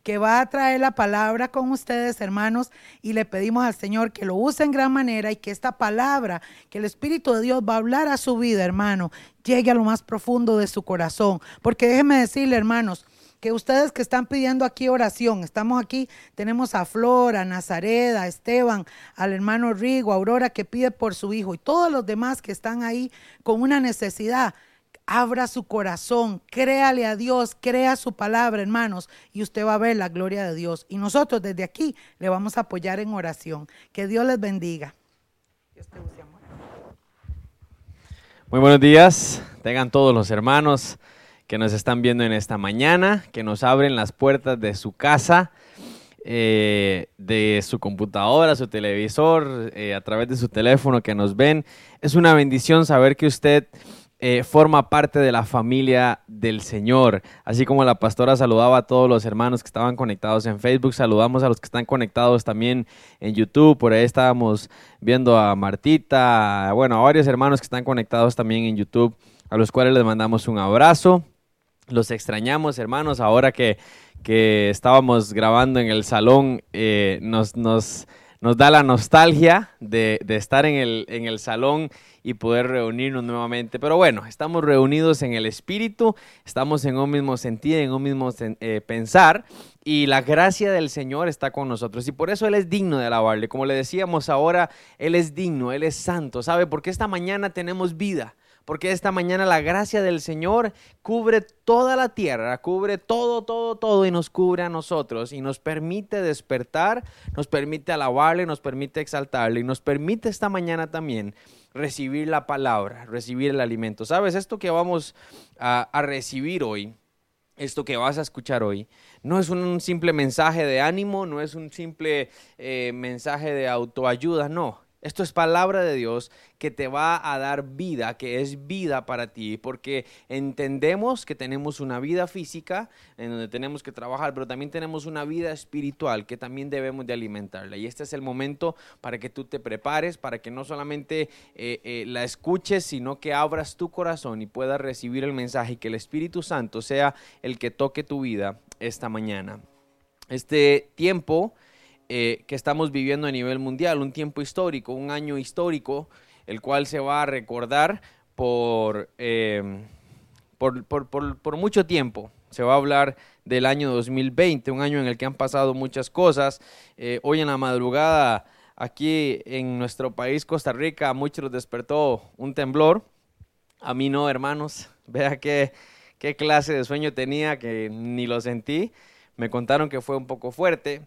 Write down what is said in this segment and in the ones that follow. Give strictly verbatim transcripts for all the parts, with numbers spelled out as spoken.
que va a traer la palabra con ustedes, hermanos, y le pedimos al Señor que lo use en gran manera y que esta palabra, que el Espíritu de Dios va a hablar a su vida, hermano, llegue a lo más profundo de su corazón. Porque déjenme decirle, hermanos, que ustedes que están pidiendo aquí oración, estamos aquí, tenemos a Flora, a Nazaret, a Esteban, al hermano Rigo, a Aurora que pide por su hijo y todos los demás que están ahí con una necesidad. Abra su corazón, créale a Dios, crea su palabra, hermanos, y usted va a ver la gloria de Dios. Y nosotros desde aquí le vamos a apoyar en oración. Que Dios les bendiga. Dios te use, amor. Muy buenos días, tengan todos los hermanos que nos están viendo en esta mañana, que nos abren las puertas de su casa, eh, de su computadora, su televisor, eh, a través de su teléfono, que nos ven. Es una bendición saber que usted eh, forma parte de la familia del Señor. Así como la pastora saludaba a todos los hermanos que estaban conectados en Facebook, saludamos a los que están conectados también en YouTube. Por ahí estábamos viendo a Martita, bueno, a varios hermanos que están conectados también en YouTube, a los cuales les mandamos un abrazo. Los extrañamos, hermanos, ahora que, que estábamos grabando en el salón, eh, nos, nos, nos da la nostalgia de, de estar en el, en el salón y poder reunirnos nuevamente. Pero bueno, estamos reunidos en el Espíritu, estamos en un mismo sentido, en un mismo eh, pensar, y la gracia del Señor está con nosotros. Y por eso Él es digno de alabarle. Como le decíamos ahora, Él es digno, Él es santo. ¿Sabe? Porque esta mañana tenemos vida. Porque esta mañana la gracia del Señor cubre toda la tierra, cubre todo, todo, todo y nos cubre a nosotros y nos permite despertar, nos permite alabarle, nos permite exaltarle y nos permite esta mañana también recibir la palabra, recibir el alimento. ¿Sabes? Esto que vamos a, a recibir hoy, esto que vas a escuchar hoy, no es un simple mensaje de ánimo, no es un simple eh, mensaje de autoayuda, no. Esto es palabra de Dios que te va a dar vida, que es vida para ti, porque entendemos que tenemos una vida física en donde tenemos que trabajar, pero también tenemos una vida espiritual que también debemos de alimentarla. Y este es el momento para que tú te prepares, para que no solamente eh, eh, la escuches, sino que abras tu corazón y puedas recibir el mensaje y que el Espíritu Santo sea el que toque tu vida esta mañana. Este tiempo Eh, que estamos viviendo a nivel mundial, un tiempo histórico, un año histórico, el cual se va a recordar por, eh, por, por, por, por mucho tiempo. Se va a hablar del año dos mil veinte, un año en el que han pasado muchas cosas. Eh, hoy en la madrugada, aquí en nuestro país, Costa Rica, a muchos los despertó un temblor. A mí no, hermanos. Vea qué, qué clase de sueño tenía, que ni lo sentí. Me contaron que fue un poco fuerte.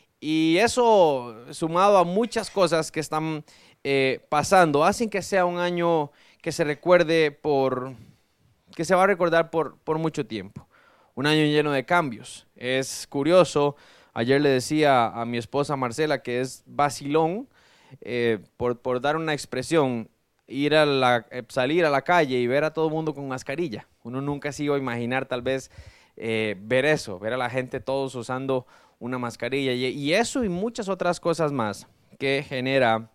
Y eso, sumado a muchas cosas que están eh, pasando, hacen que sea un año que se recuerde por, que se va a recordar por, por mucho tiempo. Un año lleno de cambios. Es curioso, ayer le decía a mi esposa Marcela que es vacilón, eh, por, por dar una expresión, ir a la, eh, salir a la calle y ver a todo el mundo con mascarilla. Uno nunca se iba a imaginar tal vez eh, ver eso, ver a la gente todos usando una mascarilla y, y eso y muchas otras cosas más que genera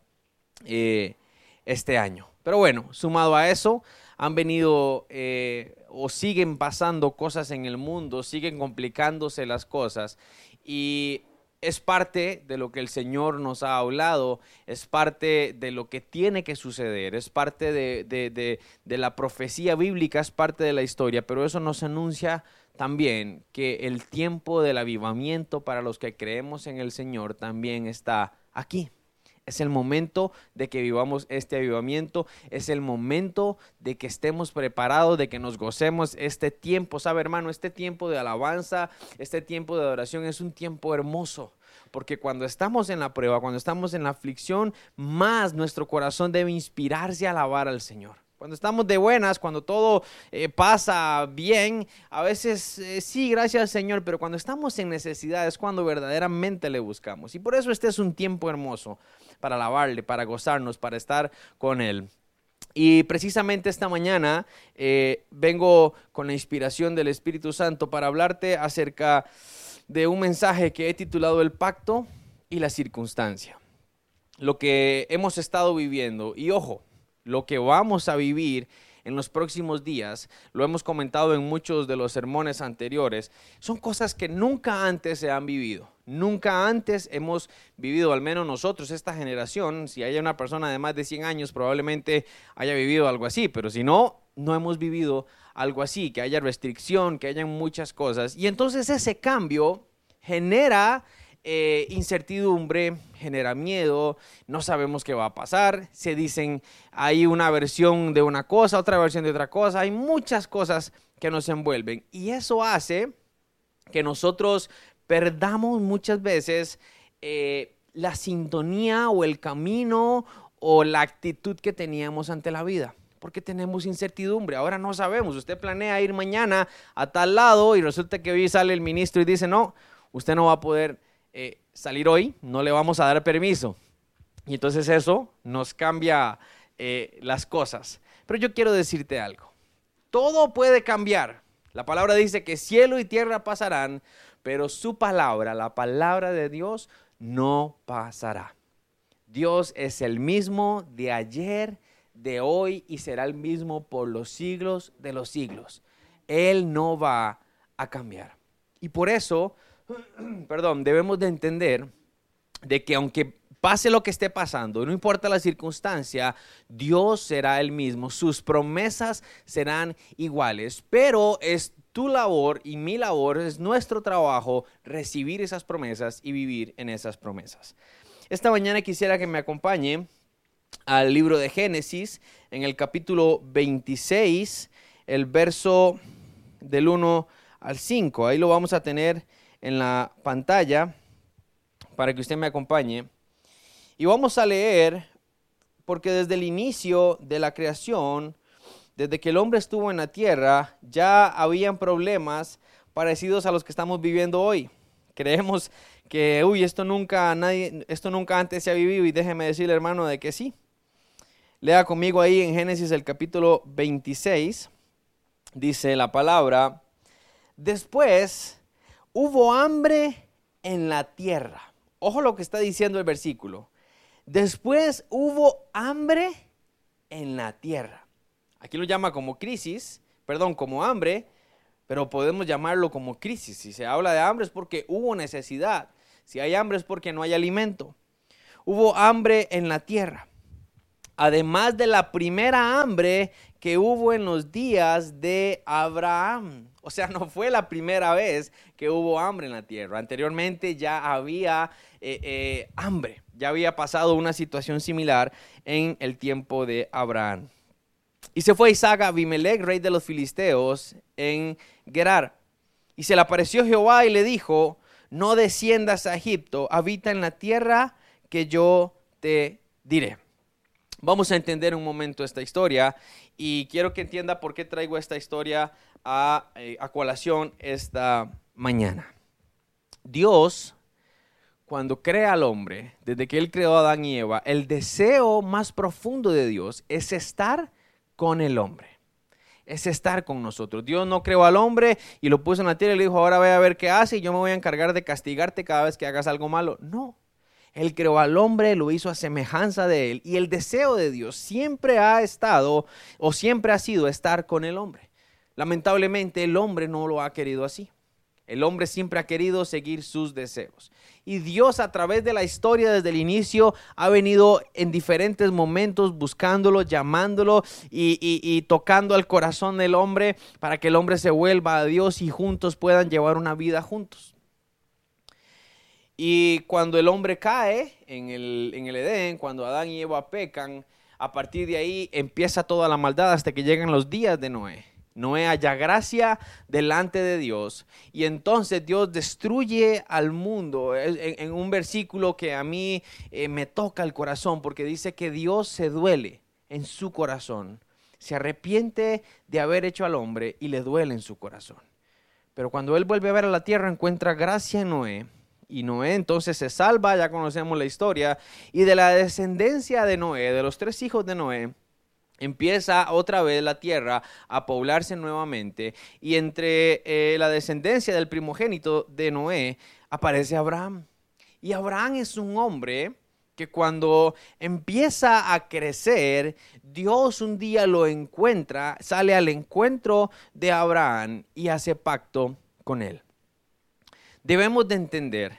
eh, este año. Pero bueno, sumado a eso, han venido eh, o siguen pasando cosas en el mundo, siguen complicándose las cosas y es parte de lo que el Señor nos ha hablado, es parte de lo que tiene que suceder, es parte de, de, de, de la profecía bíblica, es parte de la historia, pero eso nos anuncia también que el tiempo del avivamiento para los que creemos en el Señor también está aquí. Es el momento de que vivamos este avivamiento, es el momento de que estemos preparados, de que nos gocemos este tiempo. ¿Sabe, hermano? Este tiempo de alabanza, este tiempo de adoración es un tiempo hermoso. Porque cuando estamos en la prueba, cuando estamos en la aflicción, más nuestro corazón debe inspirarse a alabar al Señor. Cuando estamos de buenas, cuando todo eh, pasa bien, a veces eh, sí, gracias al Señor, pero cuando estamos en necesidad es cuando verdaderamente le buscamos. Y por eso este es un tiempo hermoso para alabarle, para gozarnos, para estar con Él. Y precisamente esta mañana eh, vengo con la inspiración del Espíritu Santo para hablarte acerca de un mensaje que he titulado El Pacto y la Circunstancia. Lo que hemos estado viviendo, y ojo, lo que vamos a vivir en los próximos días, lo hemos comentado en muchos de los sermones anteriores, son cosas que nunca antes se han vivido. Nunca antes hemos vivido, al menos nosotros, esta generación. Si hay una persona de más de cien años, probablemente haya vivido algo así, pero si no, no hemos vivido algo así, que haya restricción, que haya muchas cosas. Y entonces ese cambio genera eh, incertidumbre, genera miedo, no sabemos qué va a pasar, se dicen, hay una versión de una cosa, otra versión de otra cosa, hay muchas cosas que nos envuelven y eso hace que nosotros perdamos muchas veces eh, la sintonía o el camino o la actitud que teníamos ante la vida. Porque tenemos incertidumbre, ahora no sabemos, usted planea ir mañana a tal lado y resulta que hoy sale el ministro y dice, no, usted no va a poder eh, salir hoy, no le vamos a dar permiso. Y entonces eso nos cambia eh, las cosas. Pero yo quiero decirte algo, todo puede cambiar. La palabra dice que cielo y tierra pasarán, pero su palabra, la palabra de Dios, no pasará. Dios es el mismo de ayer, de hoy y será el mismo por los siglos de los siglos. Él no va a cambiar. Y por eso, perdón, debemos de entender de que aunque pase lo que esté pasando, no importa la circunstancia, Dios será el mismo, sus promesas serán iguales, pero es tu labor y mi labor, es nuestro trabajo recibir esas promesas y vivir en esas promesas. Esta mañana quisiera que me acompañe al libro de Génesis, en el capítulo veintiséis, el verso del uno al cinco. Ahí lo vamos a tener en la pantalla para que usted me acompañe. Y vamos a leer, porque desde el inicio de la creación, desde que el hombre estuvo en la tierra, ya habían problemas parecidos a los que estamos viviendo hoy. Creemos que, uy, esto nunca, nadie, esto nunca antes se ha vivido, y déjeme decirle, hermano, de que sí. Lea conmigo ahí en Génesis el capítulo veintiséis, dice la palabra, después hubo hambre en la tierra. Ojo lo que está diciendo el versículo. Después hubo hambre en la tierra. Aquí lo llama como crisis, perdón, como hambre, pero podemos llamarlo como crisis. Si se habla de hambre es porque hubo necesidad. Si hay hambre es porque no hay alimento. Hubo hambre en la tierra. Además de la primera hambre que hubo en los días de Abraham. O sea, no fue la primera vez que hubo hambre en la tierra. Anteriormente ya había eh, eh, hambre. Ya había pasado una situación similar en el tiempo de Abraham. Y se fue Isaac a Abimelech, rey de los filisteos, en Gerar. Y se le apareció Jehová y le dijo, no desciendas a Egipto, habita en la tierra que yo te diré. Vamos a entender un momento esta historia y quiero que entienda por qué traigo esta historia a, eh, a colación esta mañana. Dios, cuando crea al hombre, desde que Él creó a Adán y Eva, el deseo más profundo de Dios es estar con el hombre. Es estar con nosotros. Dios no creó al hombre y lo puso en la tierra y le dijo, ahora voy a ver qué hace y yo me voy a encargar de castigarte cada vez que hagas algo malo. No. Él creó al hombre, lo hizo a semejanza de él y el deseo de Dios siempre ha estado o siempre ha sido estar con el hombre. Lamentablemente el hombre no lo ha querido así. El hombre siempre ha querido seguir sus deseos. Y Dios a través de la historia desde el inicio ha venido en diferentes momentos buscándolo, llamándolo y, y, y tocando al corazón del hombre para que el hombre se vuelva a Dios y juntos puedan llevar una vida juntos. Y cuando el hombre cae en el, en el Edén, cuando Adán y Eva pecan, a partir de ahí empieza toda la maldad hasta que llegan los días de Noé. Noé halla gracia delante de Dios y entonces Dios destruye al mundo en, en un versículo que a mí eh, me toca el corazón porque dice que Dios se duele en su corazón, se arrepiente de haber hecho al hombre y le duele en su corazón. Pero cuando él vuelve a ver a la tierra encuentra gracia en Noé y Noé entonces se salva, ya conocemos la historia, y de la descendencia de Noé, de los tres hijos de Noé, empieza otra vez la tierra a poblarse nuevamente y entre eh, la descendencia del primogénito de Noé aparece Abraham. Y Abraham es un hombre que cuando empieza a crecer, Dios un día lo encuentra, sale al encuentro de Abraham y hace pacto con él. Debemos de entender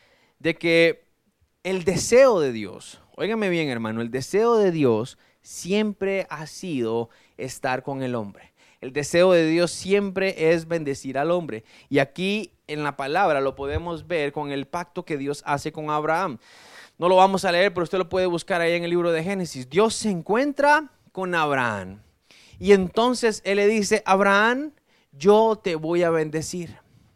de que el deseo de Dios, óigame bien hermano, el deseo de Dios siempre ha sido estar con el hombre. El deseo de Dios siempre es bendecir al hombre. Y aquí en la palabra lo podemos ver con el pacto que Dios hace con Abraham. No lo vamos a leer, pero usted lo puede buscar ahí en el libro de Génesis. Dios se encuentra con Abraham. Y entonces Él le dice, Abraham, yo te voy a bendecir.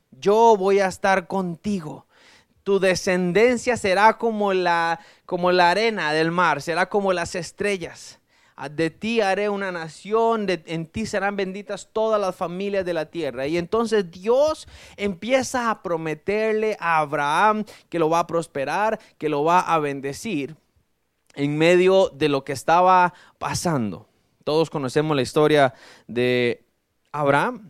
Yo voy a estar contigo. Tu descendencia será como la, como la arena del mar, será como las estrellas. De ti haré una nación, de, en ti serán benditas todas las familias de la tierra. Y entonces Dios empieza a prometerle a Abraham que lo va a prosperar, que lo va a bendecir en medio de lo que estaba pasando. Todos conocemos la historia de Abraham.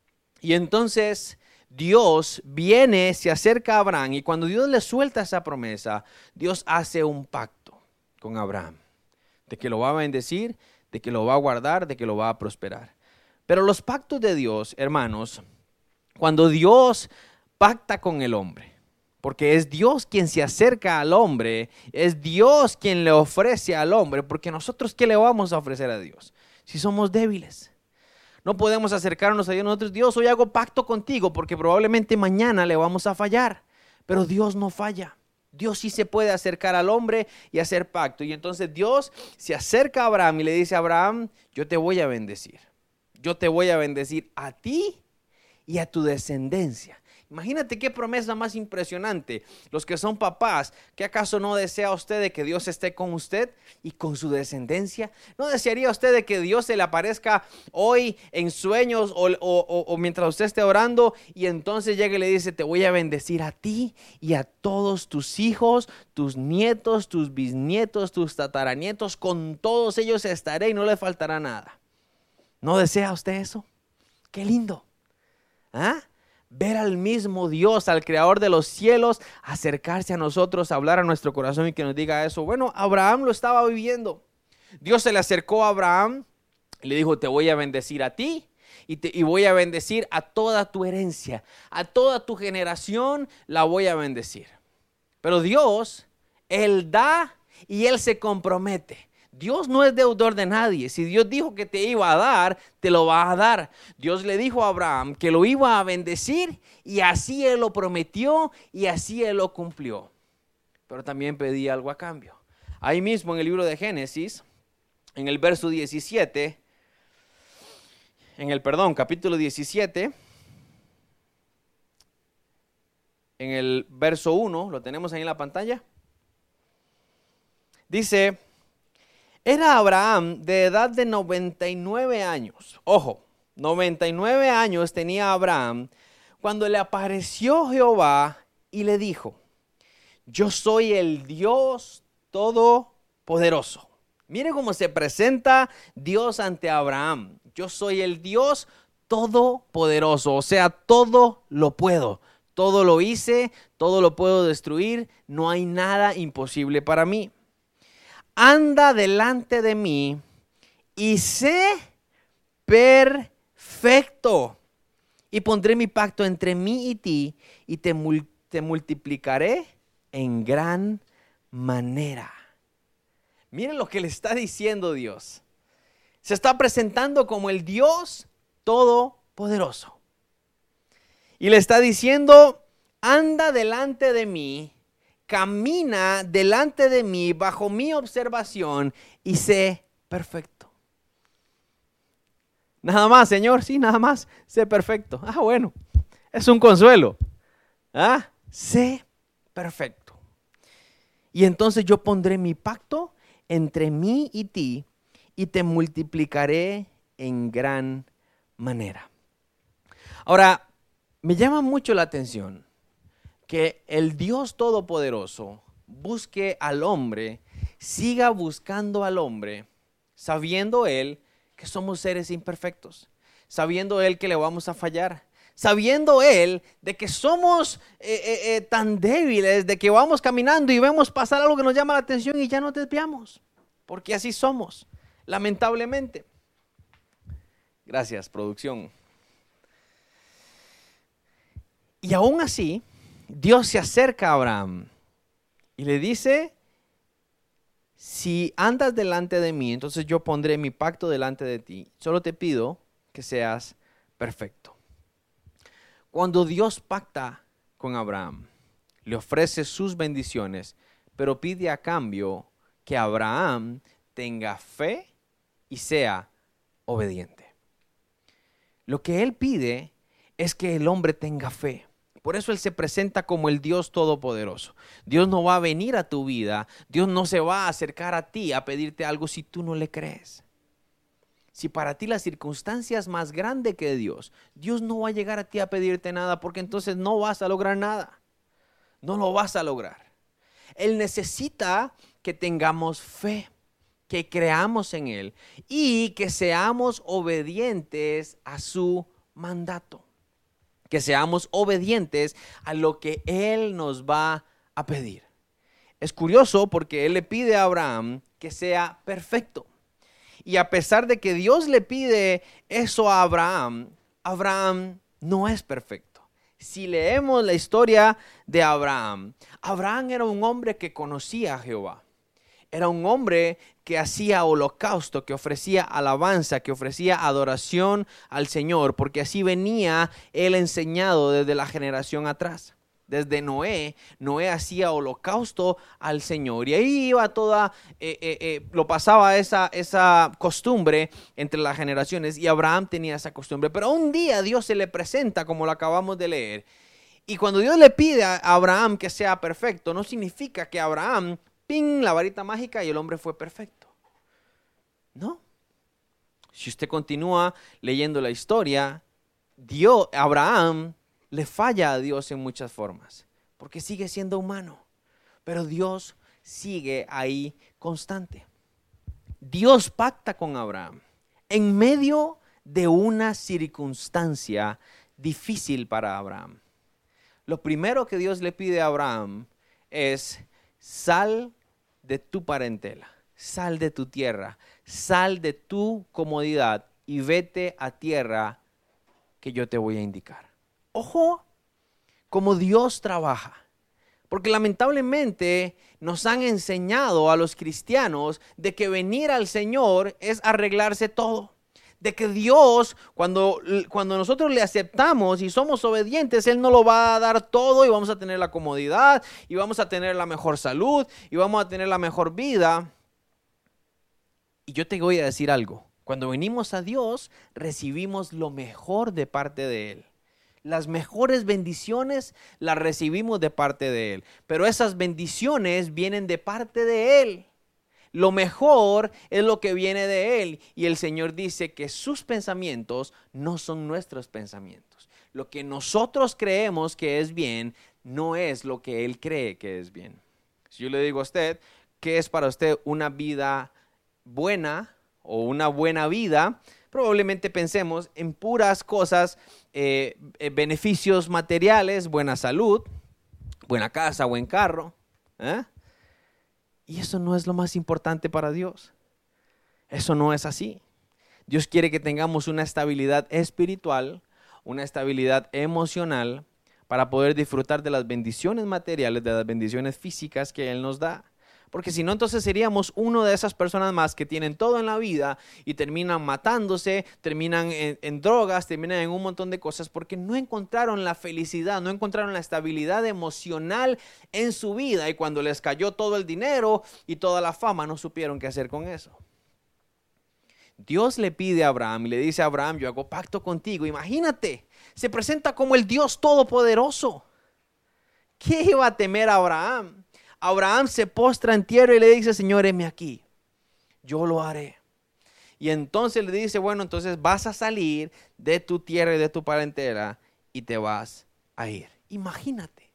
Y entonces Dios viene, se acerca a Abraham y cuando Dios le suelta esa promesa, Dios hace un pacto con Abraham. De que lo va a bendecir, de que lo va a guardar, de que lo va a prosperar. Pero los pactos de Dios, hermanos, cuando Dios pacta con el hombre, porque es Dios quien se acerca al hombre, es Dios quien le ofrece al hombre, porque nosotros, ¿qué le vamos a ofrecer a Dios? Si somos débiles. No podemos acercarnos a Dios nosotros, Dios, hoy hago pacto contigo, porque probablemente mañana le vamos a fallar, pero Dios no falla. Dios sí se puede acercar al hombre y hacer pacto. Y entonces Dios se acerca a Abraham y le dice a Abraham, yo te voy a bendecir. Yo te voy a bendecir a ti y a tu descendencia. Imagínate qué promesa más impresionante. Los que son papás, ¿qué acaso no desea usted de que Dios esté con usted y con su descendencia? ¿No desearía usted de que Dios se le aparezca hoy en sueños o, o, o, o mientras usted esté orando y entonces llegue y le dice, te voy a bendecir a ti y a todos tus hijos, tus nietos, tus bisnietos, tus tataranietos, con todos ellos estaré y no le faltará nada? ¿No desea usted eso? ¡Qué lindo! ¿Ah? Ver al mismo Dios, al creador de los cielos, acercarse a nosotros, hablar a nuestro corazón y que nos diga eso. Bueno, Abraham lo estaba viviendo. Dios se le acercó a Abraham y le dijo, te voy a bendecir a ti y, te, y voy a bendecir a toda tu herencia, a toda tu generación la voy a bendecir. Pero Dios, Él da y Él se compromete. Dios no es deudor de nadie. Si Dios dijo que te iba a dar, te lo va a dar. Dios le dijo a Abraham que lo iba a bendecir y así Él lo prometió y así Él lo cumplió. Pero también pedía algo a cambio. Ahí mismo en el libro de Génesis, en el verso diecisiete, en el, perdón, capítulo diecisiete, en el verso uno, lo tenemos ahí en la pantalla, dice... Era Abraham de edad de noventa y nueve años. Ojo, noventa y nueve años tenía Abraham cuando le apareció Jehová y le dijo, yo soy el Dios Todopoderoso. Mire cómo se presenta Dios ante Abraham. Yo soy el Dios Todopoderoso, o sea, todo lo puedo. Todo lo hice, todo lo puedo destruir, no hay nada imposible para mí. Anda delante de mí y sé perfecto. Y pondré mi pacto entre mí y ti y te, mul- te multiplicaré en gran manera. Miren lo que le está diciendo Dios. Se está presentando como el Dios Todopoderoso. Y le está diciendo, anda delante de mí. Camina delante de mí bajo mi observación y sé perfecto. Nada más, Señor, sí, nada más, sé perfecto. Ah, bueno, es un consuelo. Ah, sé perfecto. Y entonces yo pondré mi pacto entre mí y ti y te multiplicaré en gran manera. Ahora, me llama mucho la atención que el Dios Todopoderoso busque al hombre, siga buscando al hombre, sabiendo Él que somos seres imperfectos, sabiendo Él que le vamos a fallar, sabiendo él de que somos eh, eh, eh, tan débiles, de que vamos caminando y vemos pasar algo que nos llama la atención y ya nos desviamos, porque así somos, lamentablemente. Gracias, producción. Y aún así, Dios se acerca a Abraham y le dice: si andas delante de mí, entonces yo pondré mi pacto delante de ti. Solo te pido que seas perfecto. Cuando Dios pacta con Abraham, le ofrece sus bendiciones, pero pide a cambio que Abraham tenga fe y sea obediente. Lo que él pide es que el hombre tenga fe. Por eso él se presenta como el Dios todopoderoso. Dios no va a venir a tu vida, Dios no se va a acercar a ti a pedirte algo si tú no le crees. Si para ti la circunstancia es más grande que Dios, Dios no va a llegar a ti a pedirte nada, porque entonces no vas a lograr nada. No lo vas a lograr. Él necesita que tengamos fe, que creamos en Él y que seamos obedientes a su mandato. Que seamos obedientes a lo que Él nos va a pedir. Es curioso porque Él le pide a Abraham que sea perfecto. Y a pesar de que Dios le pide eso a Abraham, Abraham no es perfecto. Si leemos la historia de Abraham, Abraham era un hombre que conocía a Jehová. Era un hombre que hacía holocausto, que ofrecía alabanza, que ofrecía adoración al Señor, porque así venía él enseñado desde la generación atrás. Desde Noé, Noé hacía holocausto al Señor y ahí iba toda, eh, eh, eh, lo pasaba esa, esa costumbre entre las generaciones y Abraham tenía esa costumbre. Pero un día Dios se le presenta como lo acabamos de leer y cuando Dios le pide a Abraham que sea perfecto, no significa que Abraham, ¡ping!, la varita mágica y el hombre fue perfecto. No. Si usted continúa leyendo la historia, Dios, Abraham le falla a Dios en muchas formas, porque sigue siendo humano, pero Dios sigue ahí constante. Dios pacta con Abraham en medio de una circunstancia difícil para Abraham. Lo primero que Dios le pide a Abraham es: sal de tu parentela, sal de tu tierra, sal de tu comodidad y vete a tierra que yo te voy a indicar. Ojo, cómo Dios trabaja, porque lamentablemente nos han enseñado a los cristianos de que venir al Señor es arreglarse todo. De que Dios, cuando, cuando nosotros le aceptamos y somos obedientes, Él nos lo va a dar todo y vamos a tener la comodidad y vamos a tener la mejor salud y vamos a tener la mejor vida. Y yo te voy a decir algo. Cuando venimos a Dios, recibimos lo mejor de parte de Él. Las mejores bendiciones las recibimos de parte de Él. Pero esas bendiciones vienen de parte de Él. Lo mejor es lo que viene de Él. Y el Señor dice que sus pensamientos no son nuestros pensamientos. Lo que nosotros creemos que es bien, no es lo que Él cree que es bien. Si yo le digo a usted, ¿qué es para usted una vida buena o una buena vida? Probablemente pensemos en puras cosas, eh, eh, beneficios materiales, buena salud, buena casa, buen carro. ¿eh? Y eso no es lo más importante para Dios. Eso no es así. Dios quiere que tengamos una estabilidad espiritual, una estabilidad emocional para poder disfrutar de las bendiciones materiales, de las bendiciones físicas que Él nos da. Porque si no, entonces seríamos uno de esas personas más que tienen todo en la vida y terminan matándose, terminan en, en drogas, terminan en un montón de cosas porque no encontraron la felicidad, no encontraron la estabilidad emocional en su vida. Y cuando les cayó todo el dinero y toda la fama, no supieron qué hacer con eso. Dios le pide a Abraham y le dice a Abraham: yo hago pacto contigo. Imagínate, se presenta como el Dios todopoderoso. ¿Qué iba a temer a Abraham? Abraham se postra en tierra y le dice: Señor, heme aquí, yo lo haré. Y entonces le dice: bueno, entonces vas a salir de tu tierra y de tu parentela y te vas a ir. Imagínate.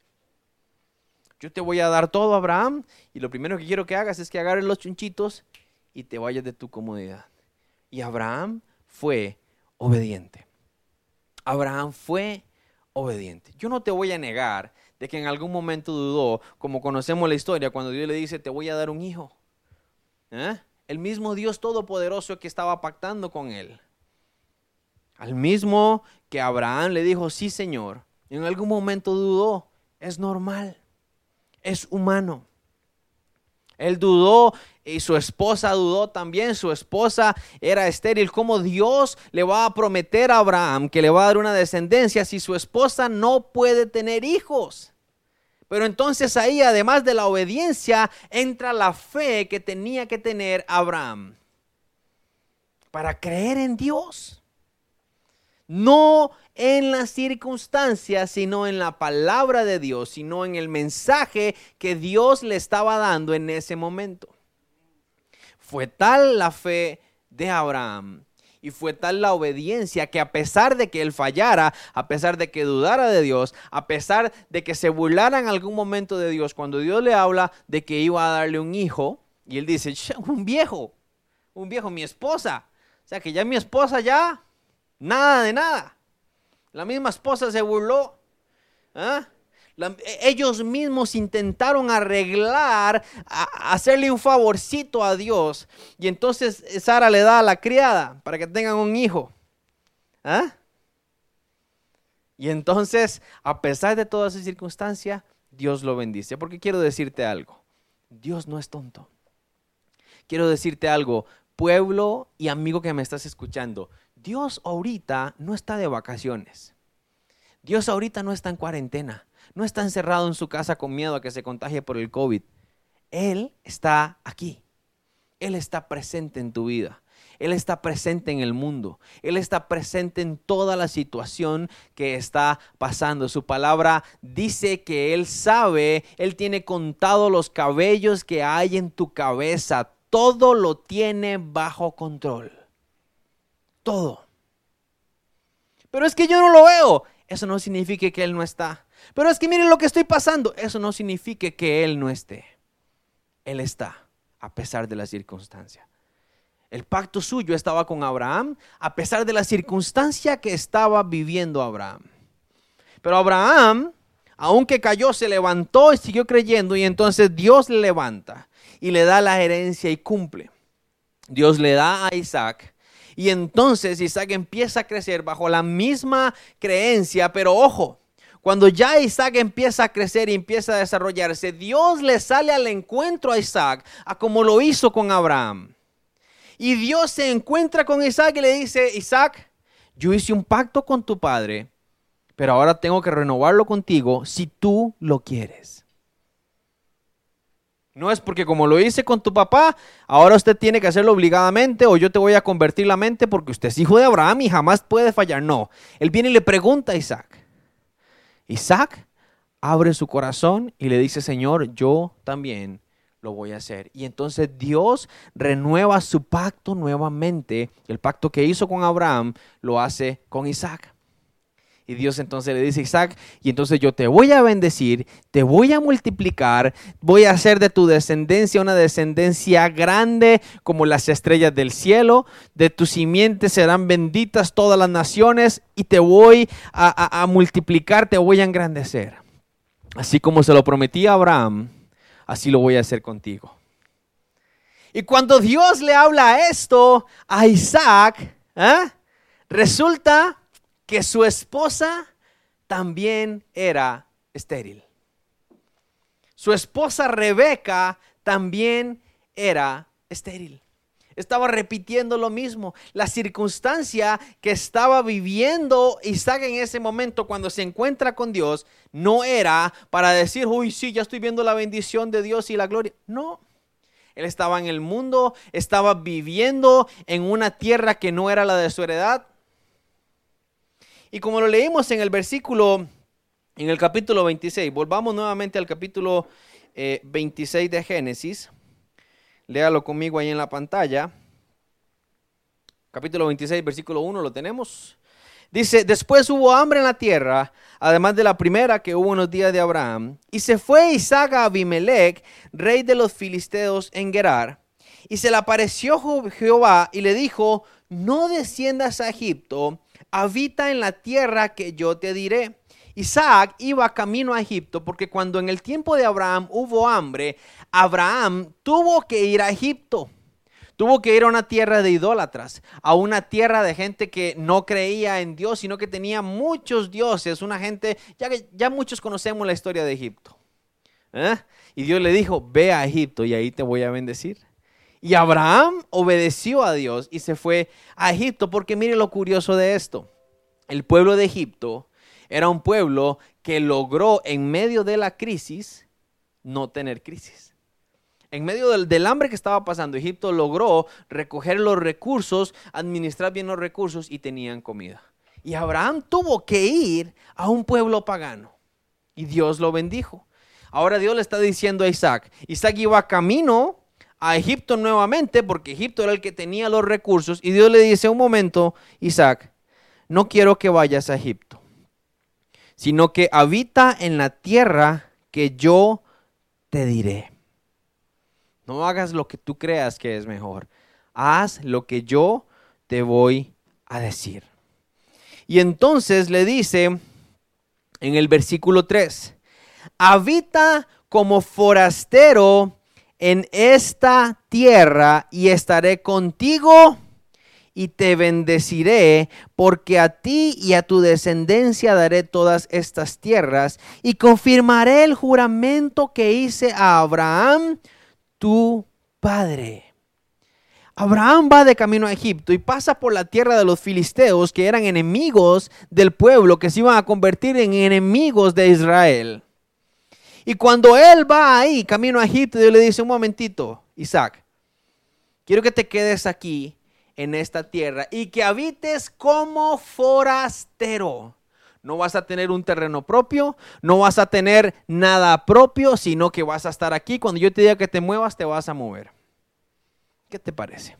Yo te voy a dar todo, Abraham, y lo primero que quiero que hagas es que agarres los chunchitos y te vayas de tu comodidad. Y Abraham fue obediente. Abraham fue obediente. Yo no te voy a negar de que en algún momento dudó, como conocemos la historia, cuando Dios le dice, te voy a dar un hijo. ¿Eh? El mismo Dios todopoderoso que estaba pactando con él. Al mismo que Abraham le dijo, sí, Señor. En algún momento dudó. Es normal. Es humano. Él dudó y su esposa dudó también. Su esposa era estéril. ¿Cómo Dios le va a prometer a Abraham que le va a dar una descendencia si su esposa no puede tener hijos? Pero entonces ahí, además de la obediencia, entra la fe que tenía que tener Abraham para creer en Dios. No en las circunstancias, sino en la palabra de Dios, sino en el mensaje que Dios le estaba dando en ese momento. Fue tal la fe de Abraham y fue tal la obediencia que a pesar de que él fallara, a pesar de que dudara de Dios, a pesar de que se burlara en algún momento de Dios, cuando Dios le habla de que iba a darle un hijo, y él dice, un viejo, un viejo, mi esposa, o sea que ya mi esposa ya... Nada de nada. La misma esposa se burló. ¿eh? La, ellos mismos intentaron arreglar, a, hacerle un favorcito a Dios. Y entonces Sara le da a la criada para que tengan un hijo. ¿eh? Y entonces, a pesar de toda esa circunstancia, Dios lo bendice. Porque quiero decirte algo. Dios no es tonto. Quiero decirte algo, pueblo y amigo que me estás escuchando. Dios ahorita no está de vacaciones. Dios ahorita no está en cuarentena. No está encerrado en su casa con miedo a que se contagie por el COVID. Él está aquí. Él está presente en tu vida. Él está presente en el mundo. Él está presente en toda la situación que está pasando. Su palabra dice que Él sabe, Él tiene contado los cabellos que hay en tu cabeza. Todo lo tiene bajo control. Todo. Pero es que yo no lo veo. Eso no significa que Él no está. Pero es que miren lo que estoy pasando. Eso no significa que Él no esté. Él está, a pesar de la circunstancia. El pacto suyo estaba con Abraham, a pesar de la circunstancia que estaba viviendo Abraham. Pero Abraham, aunque cayó, se levantó y siguió creyendo. Y entonces Dios le levanta y le da la herencia y cumple. Dios le da a Isaac. Y entonces Isaac empieza a crecer bajo la misma creencia, pero ojo, cuando ya Isaac empieza a crecer y empieza a desarrollarse, Dios le sale al encuentro a Isaac, a como lo hizo con Abraham. Y Dios se encuentra con Isaac y le dice, Isaac, yo hice un pacto con tu padre, pero ahora tengo que renovarlo contigo si tú lo quieres. No es porque como lo hice con tu papá, ahora usted tiene que hacerlo obligadamente o yo te voy a convertir la mente porque usted es hijo de Abraham y jamás puede fallar. No, él viene y le pregunta a Isaac. Isaac abre su corazón y le dice, Señor, yo también lo voy a hacer. Y entonces Dios renueva su pacto nuevamente. El pacto que hizo con Abraham lo hace con Isaac. Y Dios entonces le dice a Isaac, y entonces yo te voy a bendecir, te voy a multiplicar, voy a hacer de tu descendencia una descendencia grande como las estrellas del cielo, de tu simiente serán benditas todas las naciones y te voy a, a, a multiplicar, te voy a engrandecer. Así como se lo prometí a Abraham, así lo voy a hacer contigo. Y cuando Dios le habla esto a Isaac, ¿eh? resulta que su esposa también era estéril. Su esposa Rebeca también era estéril. Estaba repitiendo lo mismo. La circunstancia que estaba viviendo Isaac en ese momento cuando se encuentra con Dios no era para decir, uy, sí, ya estoy viendo la bendición de Dios y la gloria. No. Él estaba en el mundo, estaba viviendo en una tierra que no era la de su heredad. Y como lo leímos en el versículo, en el capítulo veintiséis, volvamos nuevamente al capítulo eh, veintiséis de Génesis. Léalo conmigo ahí en la pantalla. Capítulo veintiséis, versículo uno, ¿lo tenemos? Dice, después hubo hambre en la tierra, además de la primera que hubo en los días de Abraham. Y se fue Isaac a Abimelech, rey de los filisteos en Gerar. Y se le apareció Jehová y le dijo, no desciendas a Egipto, habita en la tierra que yo te diré. Isaac iba camino a Egipto porque cuando en el tiempo de Abraham hubo hambre, Abraham tuvo que ir a Egipto. Tuvo que ir a una tierra de idólatras, a una tierra de gente que no creía en Dios, sino que tenía muchos dioses, una gente, ya que ya muchos conocemos la historia de Egipto. ¿Eh? Y Dios le dijo, ve a Egipto y ahí te voy a bendecir. Y Abraham obedeció a Dios y se fue a Egipto, porque mire lo curioso de esto. El pueblo de Egipto era un pueblo que logró en medio de la crisis no tener crisis. En medio del, del hambre que estaba pasando, Egipto logró recoger los recursos, administrar bien los recursos y tenían comida. Y Abraham tuvo que ir a un pueblo pagano y Dios lo bendijo. Ahora Dios le está diciendo a Isaac, Isaac iba camino a Egipto nuevamente porque Egipto era el que tenía los recursos y Dios le dice un momento, Isaac, no quiero que vayas a Egipto, sino que habita en la tierra que yo te diré. No hagas lo que tú creas que es mejor. Haz lo que yo te voy a decir. Y entonces le dice en el versículo tres, habita como forastero en esta tierra y estaré contigo y te bendeciré, porque a ti y a tu descendencia daré todas estas tierras y confirmaré el juramento que hice a Abraham, tu padre. Abraham va de camino a Egipto y pasa por la tierra de los filisteos, que eran enemigos del pueblo, que se iban a convertir en enemigos de Israel. Y cuando él va ahí, camino a Egipto, Dios le dice, un momentito, Isaac, quiero que te quedes aquí en esta tierra y que habites como forastero. No vas a tener un terreno propio, no vas a tener nada propio, sino que vas a estar aquí. Cuando yo te diga que te muevas, te vas a mover. ¿Qué te parece?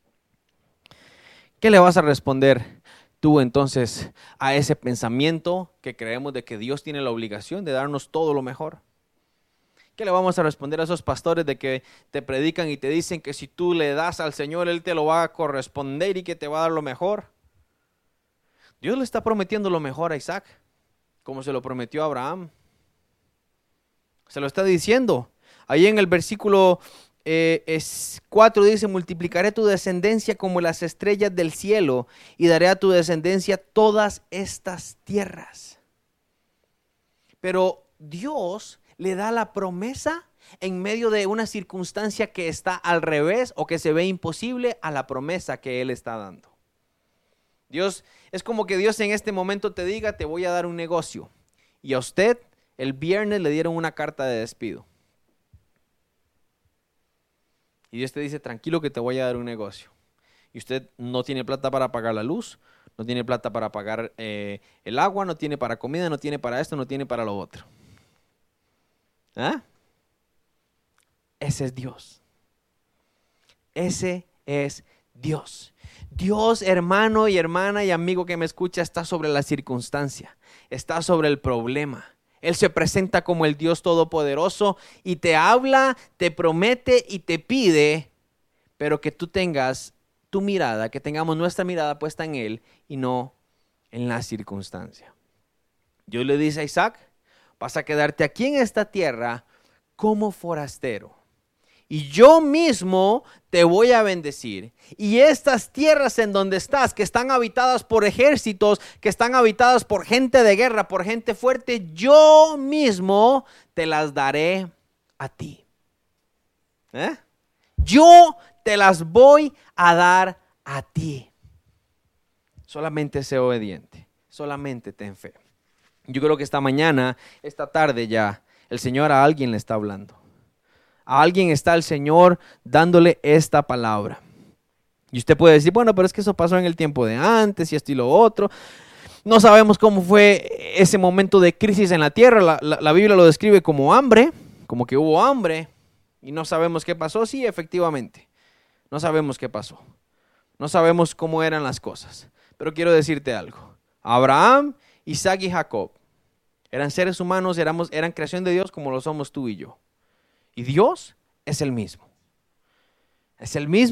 ¿Qué le vas a responder tú entonces a ese pensamiento que creemos de que Dios tiene la obligación de darnos todo lo mejor? ¿Qué le vamos a responder a esos pastores de que te predican y te dicen que si tú le das al Señor, Él te lo va a corresponder y que te va a dar lo mejor? Dios le está prometiendo lo mejor a Isaac, como se lo prometió a Abraham. Se lo está diciendo. Ahí en el versículo eh, es cuatro dice, multiplicaré tu descendencia como las estrellas del cielo y daré a tu descendencia todas estas tierras. Pero Dios le da la promesa en medio de una circunstancia que está al revés o que se ve imposible a la promesa que Él está dando. Dios, es como que Dios en este momento te diga, te voy a dar un negocio. Y a usted el viernes le dieron una carta de despido. Y Dios te dice, tranquilo que te voy a dar un negocio. Y usted no tiene plata para pagar la luz, no tiene plata para pagar eh, el agua, no tiene para comida, no tiene para esto, no tiene para lo otro. ¿Ah? Ese es Dios. Ese es Dios. Dios, hermano y hermana y amigo que me escucha, está sobre la circunstancia, está sobre el problema. Él se presenta como el Dios todopoderoso y te habla, te promete y te pide, pero que tú tengas tu mirada, que tengamos nuestra mirada puesta en Él y no en la circunstancia. Dios le dice a Isaac, vas a quedarte aquí en esta tierra como forastero. Y yo mismo te voy a bendecir. Y estas tierras en donde estás, que están habitadas por ejércitos, que están habitadas por gente de guerra, por gente fuerte, yo mismo te las daré a ti. ¿Eh? Yo te las voy a dar a ti. Solamente sé obediente. Solamente ten fe. Yo creo que esta mañana, esta tarde ya, el Señor a alguien le está hablando. A alguien está el Señor dándole esta palabra. Y usted puede decir, bueno, pero es que eso pasó en el tiempo de antes y esto y lo otro. No sabemos cómo fue ese momento de crisis en la tierra. La, la, la Biblia lo describe como hambre, como que hubo hambre. Y no sabemos qué pasó. Sí, efectivamente. No sabemos qué pasó. No sabemos cómo eran las cosas. Pero quiero decirte algo. Abraham, Isaac y Jacob eran seres humanos, éramos, eran creación de Dios como lo somos tú y yo. Y Dios es el mismo. Es el mismo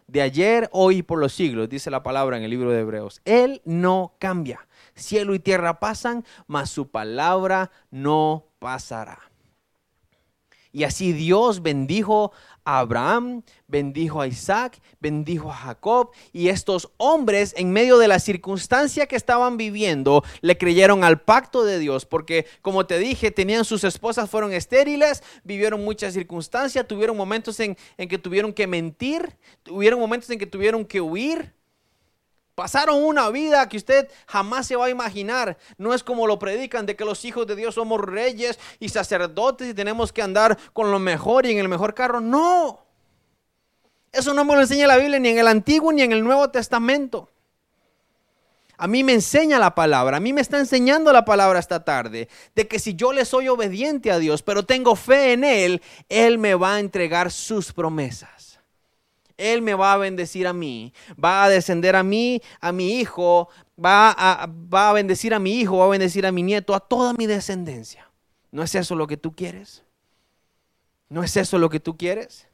de ayer, hoy y por los siglos, dice la palabra en el libro de Hebreos. Él no cambia. Cielo y tierra pasan, mas su palabra no pasará. Y así Dios bendijo a Abraham, bendijo a Isaac, bendijo a Jacob, y estos hombres en medio de la circunstancia que estaban viviendo le creyeron al pacto de Dios, porque como te dije, tenían sus esposas, fueron estériles, vivieron muchas circunstancias, tuvieron momentos en, en que tuvieron que mentir, tuvieron momentos en que tuvieron que huir. Pasaron una vida que usted jamás se va a imaginar. No es como lo predican de que los hijos de Dios somos reyes y sacerdotes y tenemos que andar con lo mejor y en el mejor carro. No. Eso no me lo enseña la Biblia ni en el Antiguo ni en el Nuevo Testamento. A mí me enseña la palabra, a mí me está enseñando la palabra esta tarde, de que si yo le soy obediente a Dios, pero tengo fe en Él, Él me va a entregar sus promesas. Él me va a bendecir a mí, va a descender a mí, a mi hijo, va a, va a bendecir a mi hijo, va a bendecir a mi nieto, a toda mi descendencia. ¿No es eso lo que tú quieres? ¿No es eso lo que tú quieres?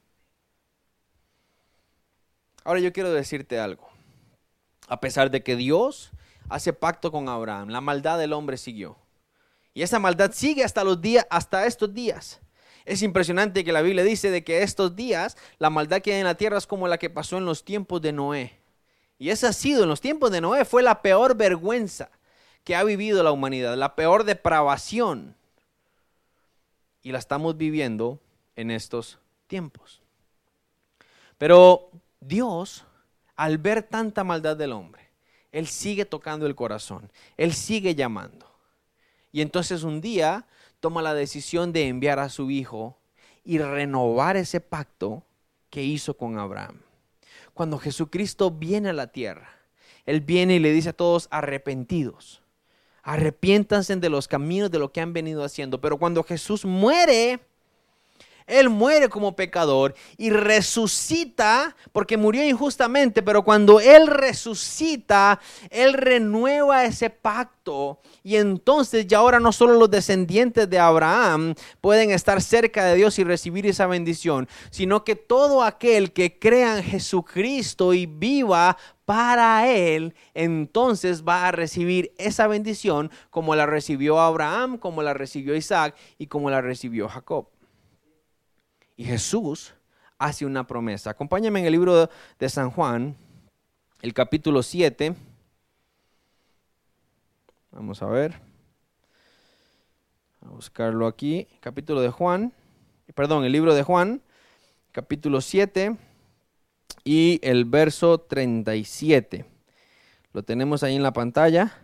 Ahora yo quiero decirte algo. A pesar de que Dios hace pacto con Abraham, la maldad del hombre siguió. Y esa maldad sigue hasta los días, hasta estos días. Es impresionante que la Biblia dice de que estos días la maldad que hay en la tierra es como la que pasó en los tiempos de Noé. Y esa ha sido, en los tiempos de Noé, fue la peor vergüenza que ha vivido la humanidad, la peor depravación. Y la estamos viviendo en estos tiempos. Pero Dios, al ver tanta maldad del hombre, Él sigue tocando el corazón, Él sigue llamando. Y entonces un día toma la decisión de enviar a su hijo y renovar ese pacto que hizo con Abraham. Cuando Jesucristo viene a la tierra, Él viene y le dice a todos arrepentidos, arrepiéntanse de los caminos de lo que han venido haciendo. Pero cuando Jesús muere, Él muere como pecador y resucita porque murió injustamente, pero cuando Él resucita, Él renueva ese pacto y entonces ya ahora no solo los descendientes de Abraham pueden estar cerca de Dios y recibir esa bendición, sino que todo aquel que crea en Jesucristo y viva para Él, entonces va a recibir esa bendición como la recibió Abraham, como la recibió Isaac y como la recibió Jacob. Y Jesús hace una promesa. Acompáñame en el libro de San Juan, el capítulo siete. Vamos a ver. A buscarlo aquí. Capítulo de Juan. Perdón, el libro de Juan, capítulo siete y el verso treinta y siete. Lo tenemos ahí en la pantalla.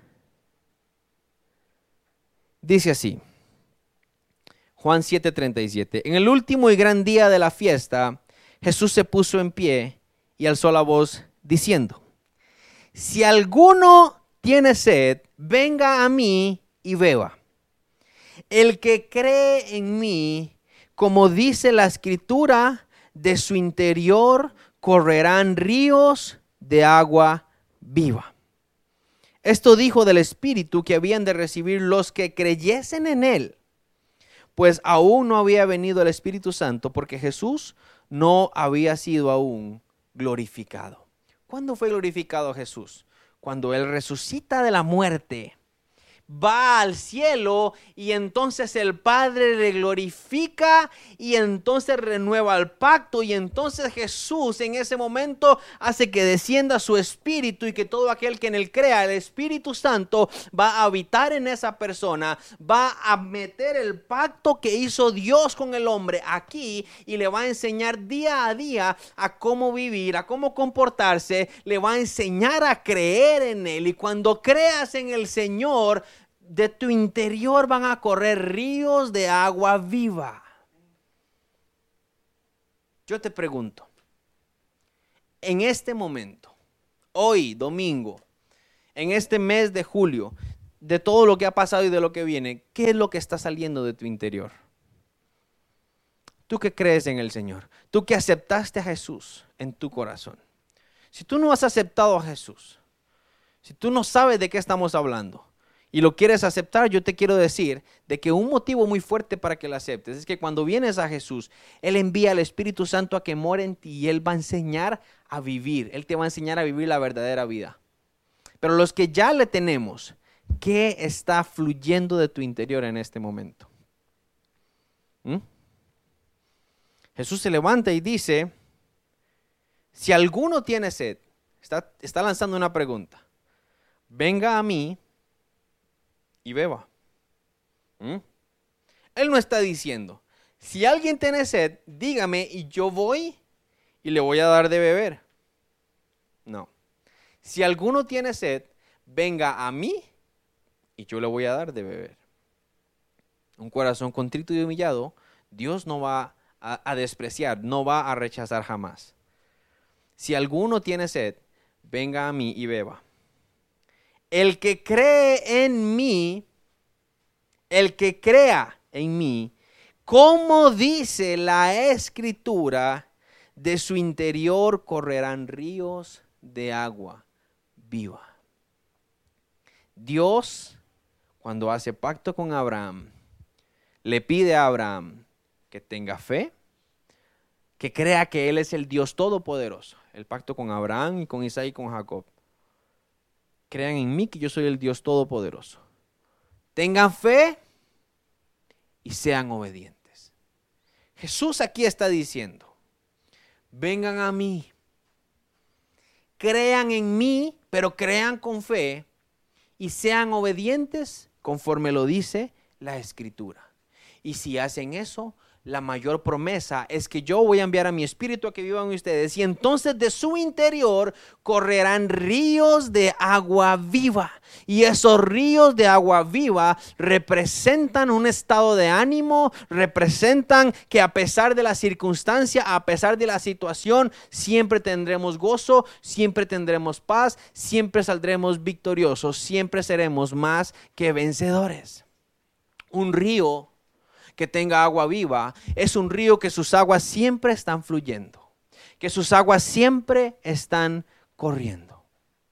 Dice así. Juan siete, treinta y siete. En el último y gran día de la fiesta, Jesús se puso en pie y alzó la voz diciendo: si alguno tiene sed, venga a mí y beba. El que cree en mí, como dice la Escritura, de su interior correrán ríos de agua viva. Esto dijo del Espíritu que habían de recibir los que creyesen en Él, pues aún no había venido el Espíritu Santo porque Jesús no había sido aún glorificado. ¿Cuándo fue glorificado Jesús? Cuando Él resucita de la muerte, va al cielo y entonces el Padre le glorifica y entonces renueva el pacto y entonces Jesús en ese momento hace que descienda su Espíritu y que todo aquel que en Él crea, el Espíritu Santo va a habitar en esa persona, va a meter el pacto que hizo Dios con el hombre aquí y le va a enseñar día a día a cómo vivir, a cómo comportarse, le va a enseñar a creer en Él y cuando creas en el Señor, de tu interior van a correr ríos de agua viva. Yo te pregunto, en este momento, hoy, domingo, en este mes de julio, de todo lo que ha pasado y de lo que viene, ¿qué es lo que está saliendo de tu interior? Tú que crees en el Señor, tú que aceptaste a Jesús en tu corazón. Si tú no has aceptado a Jesús, si tú no sabes de qué estamos hablando, y lo quieres aceptar, yo te quiero decir de que un motivo muy fuerte para que lo aceptes es que cuando vienes a Jesús, Él envía al Espíritu Santo a que more en ti y Él va a enseñar a vivir. Él te va a enseñar a vivir la verdadera vida. Pero los que ya le tenemos, ¿qué está fluyendo de tu interior en este momento? ¿Mm? Jesús se levanta y dice, si alguno tiene sed, está, está lanzando una pregunta, venga a mí y beba. ¿Mm? Él no está diciendo, si alguien tiene sed, dígame y yo voy y le voy a dar de beber. No. Si alguno tiene sed, venga a mí y yo le voy a dar de beber. Un corazón contrito y humillado, Dios no va a, a despreciar, no va a rechazar jamás. Si alguno tiene sed, venga a mí y beba. El que cree en mí, el que crea en mí, como dice la Escritura, de su interior correrán ríos de agua viva. Dios, cuando hace pacto con Abraham, le pide a Abraham que tenga fe, que crea que Él es el Dios Todopoderoso. El pacto con Abraham y con Isaac y con Jacob. Crean en mí que yo soy el Dios Todopoderoso. Tengan fe y sean obedientes. Jesús aquí está diciendo, vengan a mí, crean en mí, pero crean con fe y sean obedientes conforme lo dice la Escritura. Y si hacen eso, la mayor promesa es que yo voy a enviar a mi Espíritu a que vivan ustedes y entonces de su interior correrán ríos de agua viva. Y esos ríos de agua viva representan un estado de ánimo, representan que a pesar de la circunstancia, a pesar de la situación, siempre tendremos gozo, siempre tendremos paz, siempre saldremos victoriosos, siempre seremos más que vencedores. Un río que tenga agua viva es un río que sus aguas siempre están fluyendo, que sus aguas siempre están corriendo.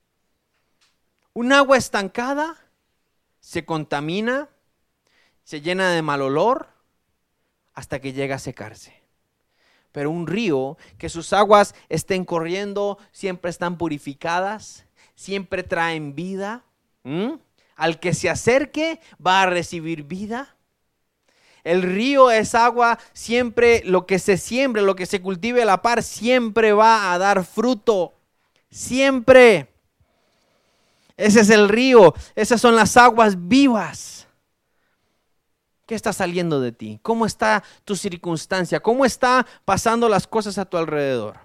Un agua estancada se contamina, se llena de mal olor hasta que llega a secarse. Pero un río que sus aguas estén corriendo, siempre están purificadas, siempre traen vida. ¿Mm? Al que se acerque va a recibir vida. El río es agua, siempre lo que se siembre, lo que se cultive a la par, siempre va a dar fruto. Siempre. Ese es el río, esas son las aguas vivas. ¿Qué está saliendo de ti? ¿Cómo está tu circunstancia? ¿Cómo está pasando las cosas a tu alrededor?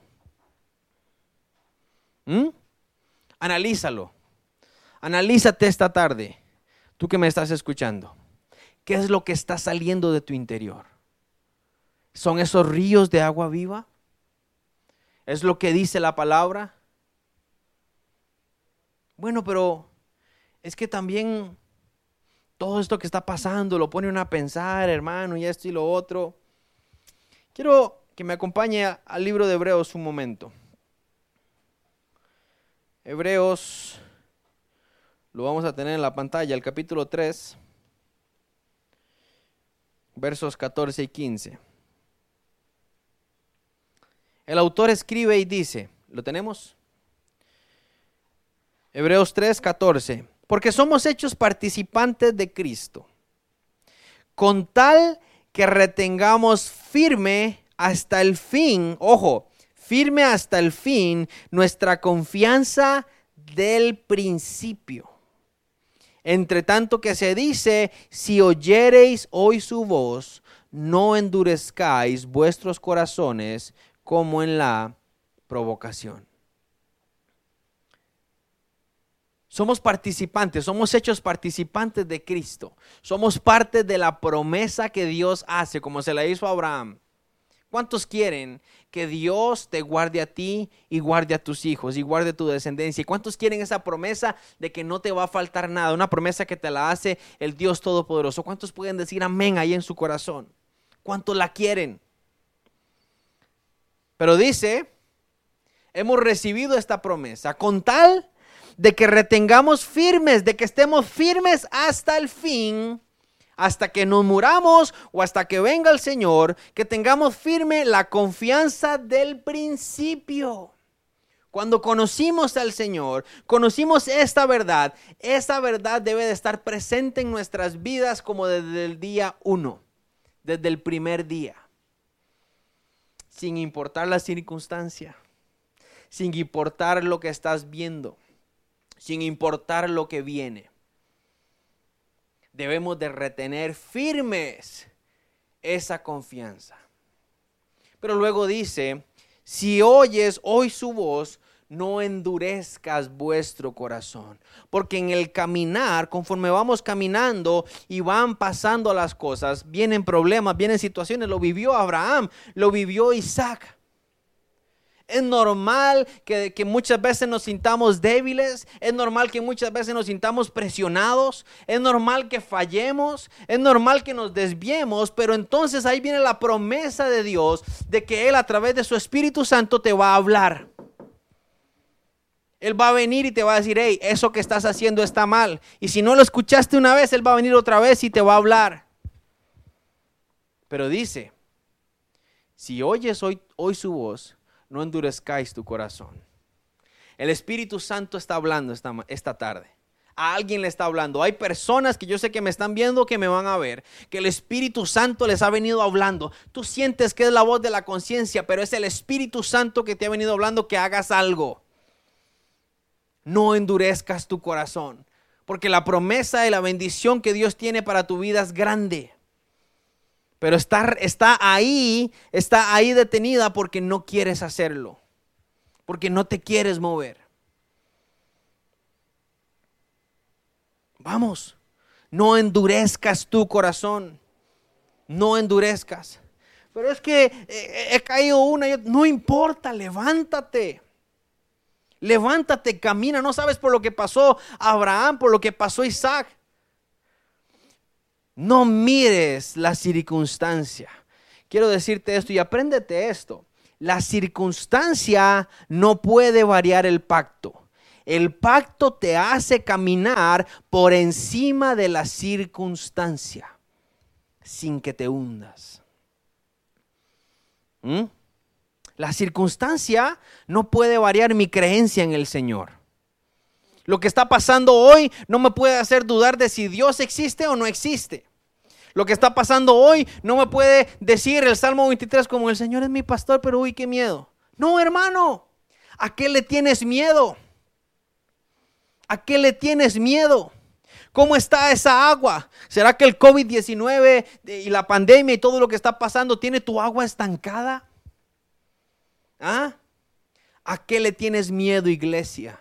¿Mm? Analízalo. Analízate esta tarde, tú que me estás escuchando. ¿Qué es lo que está saliendo de tu interior? ¿Son esos ríos de agua viva? ¿Es lo que dice la palabra? Bueno, pero es que también todo esto que está pasando lo pone uno a pensar, hermano, y esto y lo otro. Quiero que me acompañe al libro de Hebreos un momento. Hebreos, lo vamos a tener en la pantalla, el capítulo tres. Versos catorce y quince. El autor escribe y dice, ¿lo tenemos? Hebreos tres, catorce. Porque somos hechos participantes de Cristo, con tal que retengamos firme hasta el fin, ojo, firme hasta el fin nuestra confianza del principio. Entre tanto que se dice, si oyereis hoy su voz, no endurezcáis vuestros corazones como en la provocación. Somos participantes, somos hechos participantes de Cristo. Somos parte de la promesa que Dios hace, como se la hizo a Abraham. ¿Cuántos quieren que Dios te guarde a ti y guarde a tus hijos y guarde tu descendencia? ¿Y cuántos quieren esa promesa de que no te va a faltar nada? Una promesa que te la hace el Dios Todopoderoso. ¿Cuántos pueden decir amén ahí en su corazón? ¿Cuántos la quieren? Pero dice, hemos recibido esta promesa con tal de que retengamos firmes, de que estemos firmes hasta el fin, hasta que nos muramos o hasta que venga el Señor, que tengamos firme la confianza del principio. Cuando conocimos al Señor, conocimos esta verdad, esa verdad debe de estar presente en nuestras vidas como desde el día uno, desde el primer día, sin importar la circunstancia, sin importar lo que estás viendo, sin importar lo que viene. Debemos de retener firmes esa confianza. Pero luego dice, si oyes hoy su voz, no endurezcas vuestro corazón, porque en el caminar, conforme vamos caminando y van pasando las cosas, vienen problemas, vienen situaciones. Lo vivió Abraham, lo vivió Isaac. Es normal que, que muchas veces nos sintamos débiles, es normal que muchas veces nos sintamos presionados, es normal que fallemos, es normal que nos desviemos, pero entonces ahí viene la promesa de Dios de que Él a través de su Espíritu Santo te va a hablar. Él va a venir y te va a decir, hey, eso que estás haciendo está mal. Y si no lo escuchaste una vez, Él va a venir otra vez y te va a hablar. Pero dice, si oyes hoy, hoy su voz, no endurezcáis tu corazón. El Espíritu Santo está hablando esta, esta tarde. A alguien le está hablando. Hay personas que yo sé que me están viendo, que me van a ver, que el Espíritu Santo les ha venido hablando. Tú sientes que es la voz de la conciencia, pero es el Espíritu Santo que te ha venido hablando que hagas algo. No endurezcas tu corazón, porque la promesa y la bendición que Dios tiene para tu vida es grande. Pero está, está ahí, está ahí detenida porque no quieres hacerlo, porque no te quieres mover. Vamos, no endurezcas tu corazón, no endurezcas. Pero es que he, he caído una y otra. No importa, levántate. Levántate, camina. No sabes por lo que pasó Abraham, por lo que pasó Isaac. No mires la circunstancia. Quiero decirte esto y apréndete esto. La circunstancia no puede variar el pacto. El pacto te hace caminar por encima de la circunstancia sin que te hundas. ¿Mm? La circunstancia no puede variar mi creencia en el Señor. Lo que está pasando hoy no me puede hacer dudar de si Dios existe o no existe. Lo que está pasando hoy no me puede decir el Salmo veintitrés como el Señor es mi pastor, pero uy, qué miedo. No, hermano, ¿a qué le tienes miedo? ¿A qué le tienes miedo? ¿Cómo está esa agua? ¿Será que el COVID diecinueve y la pandemia y todo lo que está pasando tiene tu agua estancada? ¿Ah? ¿A qué le tienes miedo, iglesia?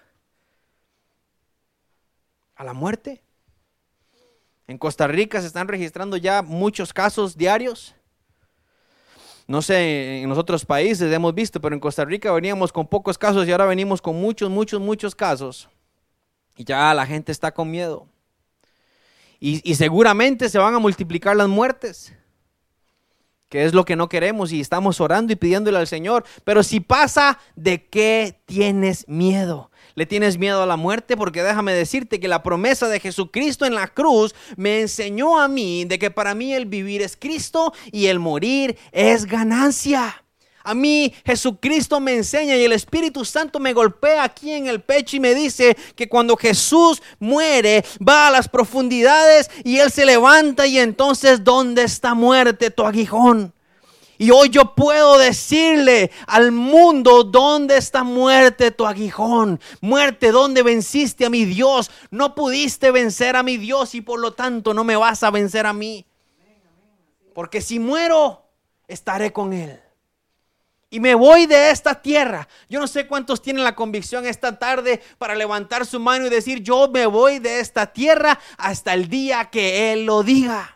¿A la muerte? En Costa Rica se están registrando ya muchos casos diarios. No sé, en los otros países hemos visto, pero en Costa Rica veníamos con pocos casos y ahora venimos con muchos, muchos, muchos casos. Y ya la gente está con miedo. Y, y seguramente se van a multiplicar las muertes, que es lo que no queremos y estamos orando y pidiéndole al Señor. Pero si pasa, ¿de qué tienes miedo? ¿Le tienes miedo a la muerte? Porque déjame decirte que la promesa de Jesucristo en la cruz me enseñó a mí de que para mí el vivir es Cristo y el morir es ganancia. A mí Jesucristo me enseña y el Espíritu Santo me golpea aquí en el pecho y me dice que cuando Jesús muere va a las profundidades y Él se levanta y entonces ¿dónde está muerte tu aguijón? Y hoy yo puedo decirle al mundo, ¿dónde está muerte tu aguijón? Muerte, ¿dónde venciste a mi Dios? No pudiste vencer a mi Dios y por lo tanto no me vas a vencer a mí. Porque si muero, estaré con Él. Y me voy de esta tierra. Yo no sé cuántos tienen la convicción esta tarde para levantar su mano y decir, yo me voy de esta tierra hasta el día que Él lo diga.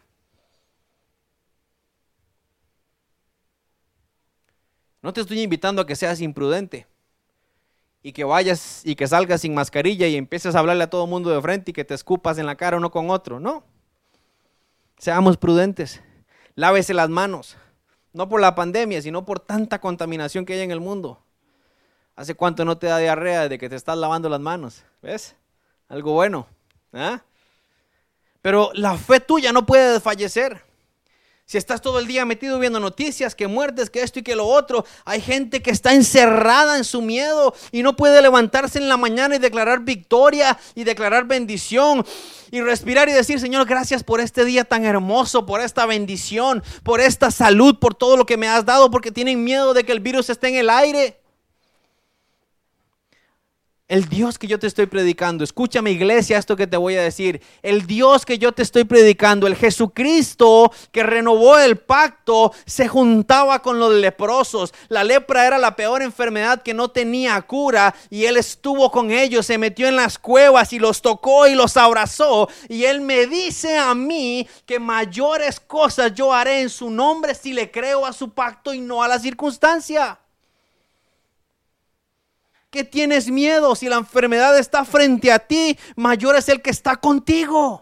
No te estoy invitando a que seas imprudente y que vayas y que salgas sin mascarilla y empieces a hablarle a todo el mundo de frente y que te escupas en la cara uno con otro. No. Seamos prudentes. Lávese las manos. No por la pandemia, sino por tanta contaminación que hay en el mundo. ¿Hace cuánto no te da diarrea desde que te estás lavando las manos? ¿Ves? Algo bueno. ¿Ah? Pero la fe tuya no puede desfallecer. Si estás todo el día metido viendo noticias, que muertes, que esto y que lo otro, hay gente que está encerrada en su miedo y no puede levantarse en la mañana y declarar victoria y declarar bendición y respirar y decir: Señor, gracias por este día tan hermoso, por esta bendición, por esta salud, por todo lo que me has dado, porque tienen miedo de que el virus esté en el aire. El Dios que yo te estoy predicando, escúchame, iglesia, esto que te voy a decir. El Dios que yo te estoy predicando, el Jesucristo que renovó el pacto, se juntaba con los leprosos. La lepra era la peor enfermedad que no tenía cura, y Él estuvo con ellos, se metió en las cuevas y los tocó y los abrazó. Y Él me dice a mí que mayores cosas yo haré en su nombre si le creo a su pacto y no a la circunstancia. ¿Qué tienes miedo? Si la enfermedad está frente a ti, mayor es el que está contigo.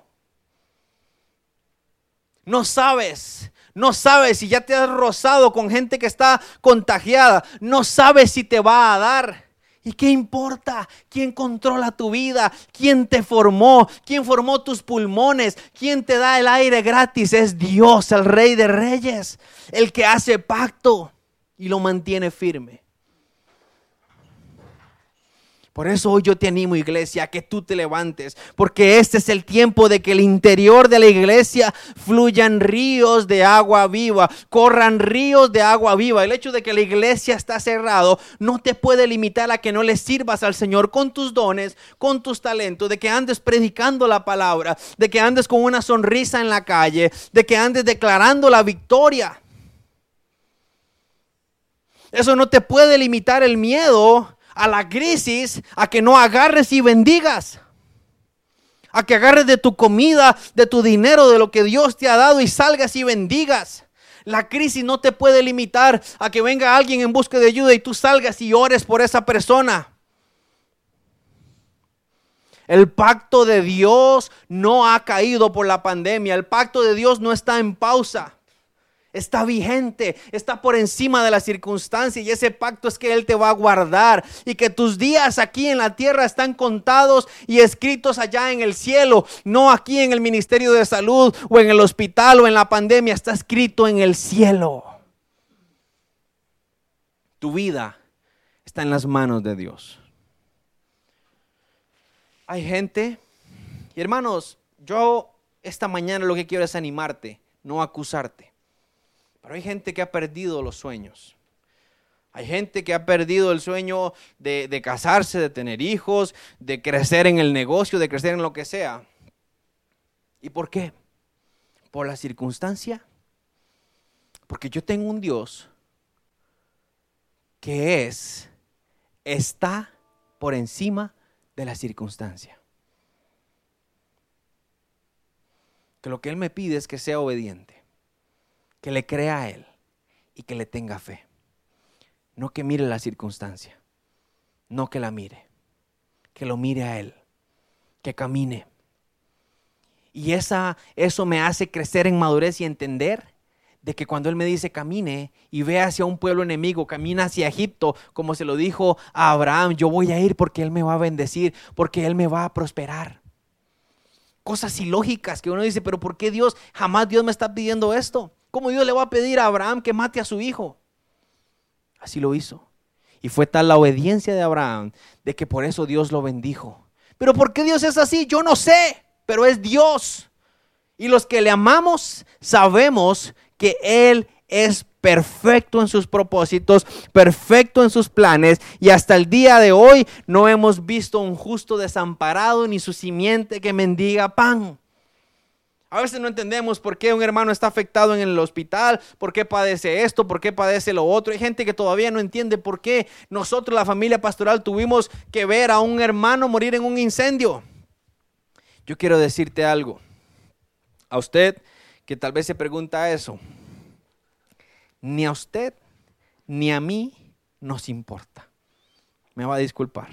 No sabes, no sabes si ya te has rozado con gente que está contagiada. No sabes si te va a dar. ¿Y qué importa? ¿Quién controla tu vida? ¿Quién te formó? ¿Quién formó tus pulmones? ¿Quién te da el aire gratis? Es Dios, el Rey de Reyes, el que hace pacto y lo mantiene firme. Por eso hoy yo te animo, iglesia, a que tú te levantes, porque este es el tiempo de que el interior de la iglesia fluyan ríos de agua viva, corran ríos de agua viva. El hecho de que la iglesia está cerrado no te puede limitar a que no le sirvas al Señor con tus dones, con tus talentos, de que andes predicando la palabra, de que andes con una sonrisa en la calle, de que andes declarando la victoria. Eso no te puede limitar el miedo a la crisis, a que no agarres y bendigas, a que agarres de tu comida, de tu dinero, de lo que Dios te ha dado y salgas y bendigas. La crisis no te puede limitar a que venga alguien en busca de ayuda y tú salgas y ores por esa persona. El pacto de Dios no ha caído por la pandemia. El pacto de Dios no está en pausa. Está vigente, está por encima de la circunstancia, y ese pacto es que Él te va a guardar y que tus días aquí en la tierra están contados y escritos allá en el cielo, no aquí en el ministerio de salud o en el hospital o en la pandemia. Está escrito en el cielo. Tu vida está en las manos de Dios. Hay gente, y hermanos, yo esta mañana lo que quiero es animarte, no acusarte. Pero hay gente que ha perdido los sueños. Hay gente que ha perdido el sueño de, de casarse, de tener hijos, de crecer en el negocio, de crecer en lo que sea. ¿Y por qué? ¿Por la circunstancia? Porque yo tengo un Dios que es, está por encima de la circunstancia. Que lo que Él me pide es que sea obediente, que le crea a Él y que le tenga fe. No que mire la circunstancia, no que la mire, que lo mire a Él, que camine. Y esa, eso me hace crecer en madurez y entender de que cuando Él me dice camine y ve hacia un pueblo enemigo, camina hacia Egipto, como se lo dijo a Abraham, yo voy a ir porque Él me va a bendecir, porque Él me va a prosperar. Cosas ilógicas que uno dice, pero ¿por qué Dios, jamás Dios me está pidiendo esto? ¿Cómo Dios le va a pedir a Abraham que mate a su hijo? Así lo hizo. Y fue tal la obediencia de Abraham de que por eso Dios lo bendijo. ¿Pero por qué Dios es así? Yo no sé, pero es Dios. Y los que le amamos sabemos que Él es perfecto en sus propósitos, perfecto en sus planes, y hasta el día de hoy no hemos visto un justo desamparado ni su simiente que mendiga pan. A veces no entendemos por qué un hermano está afectado en el hospital, por qué padece esto, por qué padece lo otro. Hay gente que todavía no entiende por qué nosotros, la familia pastoral, tuvimos que ver a un hermano morir en un incendio. Yo quiero decirte algo. A usted que tal vez se pregunta eso, ni a usted ni a mí nos importa. Me va a disculpar.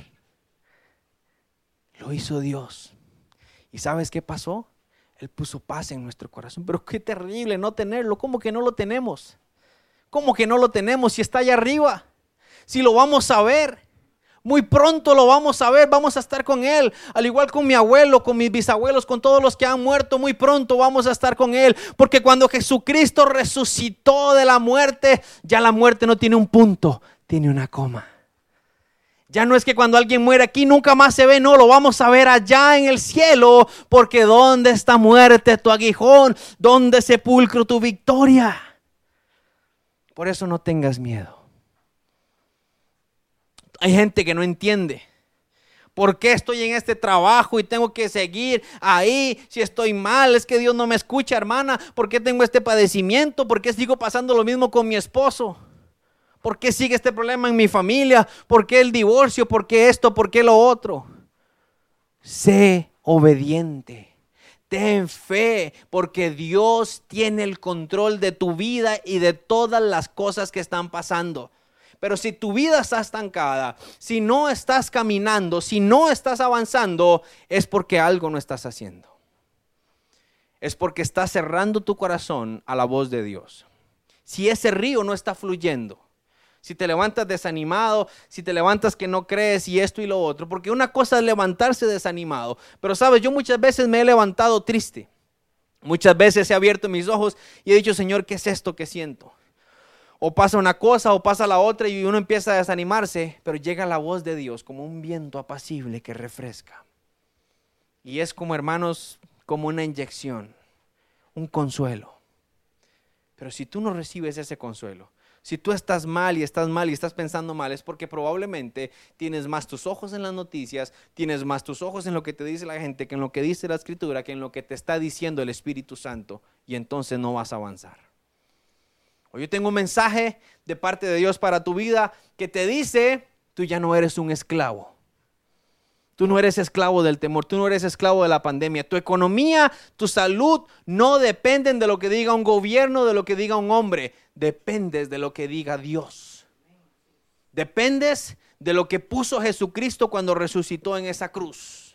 Lo hizo Dios. ¿Y sabes qué pasó? Él puso paz en nuestro corazón. Pero qué terrible no tenerlo. ¿Cómo que no lo tenemos? ¿Cómo que no lo tenemos si está allá arriba? Si lo vamos a ver. Muy pronto lo vamos a ver, vamos a estar con Él. Al igual con mi abuelo, con mis bisabuelos, con todos los que han muerto, muy pronto vamos a estar con Él. Porque cuando Jesucristo resucitó de la muerte, ya la muerte no tiene un punto, tiene una coma. Ya no es que cuando alguien muere aquí nunca más se ve, no, lo vamos a ver allá en el cielo. Porque ¿dónde está muerte tu aguijón? ¿Dónde sepulcro tu victoria? Por eso no tengas miedo. Hay gente que no entiende por qué estoy en este trabajo y tengo que seguir ahí. Si estoy mal, es que Dios no me escucha, hermana. ¿Por qué tengo este padecimiento? ¿Por qué sigo pasando lo mismo con mi esposo? ¿Por qué sigue este problema en mi familia? ¿Por qué el divorcio? ¿Por qué esto? ¿Por qué lo otro? Sé obediente. Ten fe, porque Dios tiene el control de tu vida y de todas las cosas que están pasando. Pero si tu vida está estancada, si no estás caminando, si no estás avanzando, es porque algo no estás haciendo. Es porque estás cerrando tu corazón a la voz de Dios. Si ese río no está fluyendo, si te levantas desanimado, si te levantas que no crees y esto y lo otro, porque una cosa es levantarse desanimado, pero sabes, yo muchas veces me he levantado triste. Muchas veces he abierto mis ojos y he dicho, Señor, ¿qué es esto que siento? O pasa una cosa o pasa la otra y uno empieza a desanimarse, pero llega la voz de Dios como un viento apacible que refresca. Y es como, hermanos, como una inyección, un consuelo. Pero si tú no recibes ese consuelo, si tú estás mal y estás mal y estás pensando mal, es porque probablemente tienes más tus ojos en las noticias, tienes más tus ojos en lo que te dice la gente, que en lo que dice la Escritura, que en lo que te está diciendo el Espíritu Santo, y entonces no vas a avanzar. Hoy yo tengo un mensaje de parte de Dios para tu vida que te dice, tú ya no eres un esclavo. Tú no eres esclavo del temor, tú no eres esclavo de la pandemia. Tu economía, tu salud no dependen de lo que diga un gobierno, de lo que diga un hombre. Dependes de lo que diga Dios. Dependes de lo que puso Jesucristo cuando resucitó en esa cruz.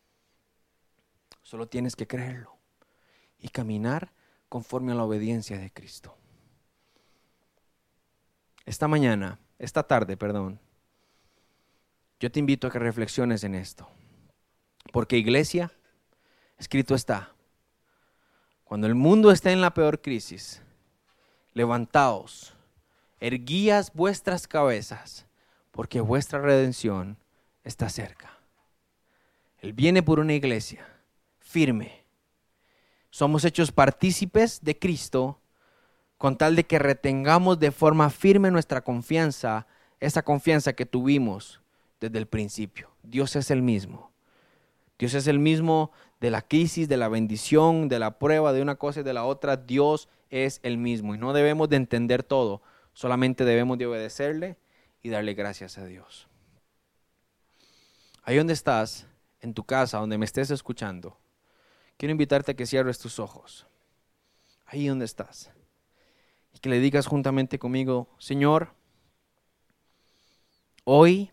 Solo tienes que creerlo y caminar conforme a la obediencia de Cristo. Esta mañana, esta tarde, perdón, yo te invito a que reflexiones en esto. Porque iglesia, escrito está, cuando el mundo esté en la peor crisis, levantaos, erguías vuestras cabezas, porque vuestra redención está cerca. Él viene por una iglesia firme. Somos hechos partícipes de Cristo con tal de que retengamos de forma firme nuestra confianza, esa confianza que tuvimos desde el principio. Dios es el mismo. Dios es el mismo de la crisis, de la bendición, de la prueba, de una cosa y de la otra. Dios es el mismo y no debemos de entender todo, solamente debemos de obedecerle y darle gracias a Dios. Ahí donde estás, en tu casa, donde me estés escuchando, quiero invitarte a que cierres tus ojos. Ahí donde estás. Y que le digas juntamente conmigo, Señor, hoy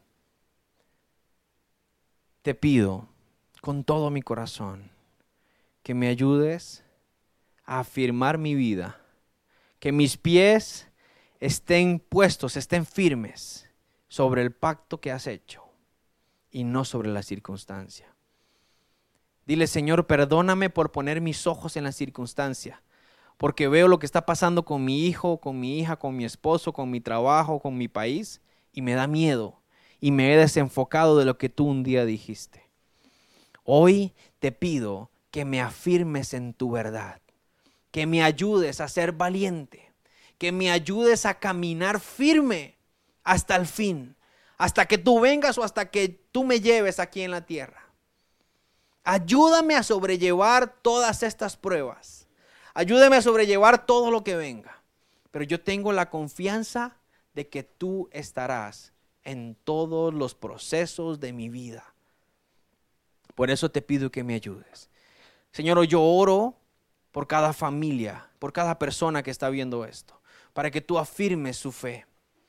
te pido con todo mi corazón que me ayudes a afirmar mi vida, que mis pies estén puestos, estén firmes sobre el pacto que has hecho y no sobre la circunstancia. Dile, Señor, perdóname por poner mis ojos en la circunstancia, porque veo lo que está pasando con mi hijo, con mi hija, con mi esposo, con mi trabajo, con mi país, y me da miedo y me he desenfocado de lo que tú un día dijiste. Hoy te pido que me afirmes en tu verdad, que me ayudes a ser valiente, que me ayudes a caminar firme hasta el fin, hasta que tú vengas o hasta que tú me lleves aquí en la tierra. Ayúdame a sobrellevar todas estas pruebas. Ayúdame a sobrellevar todo lo que venga. Pero yo tengo la confianza de que tú estarás en todos los procesos de mi vida. Por eso te pido que me ayudes. Señor, yo oro por cada familia, por cada persona que está viendo esto, para que tú afirmes su fe,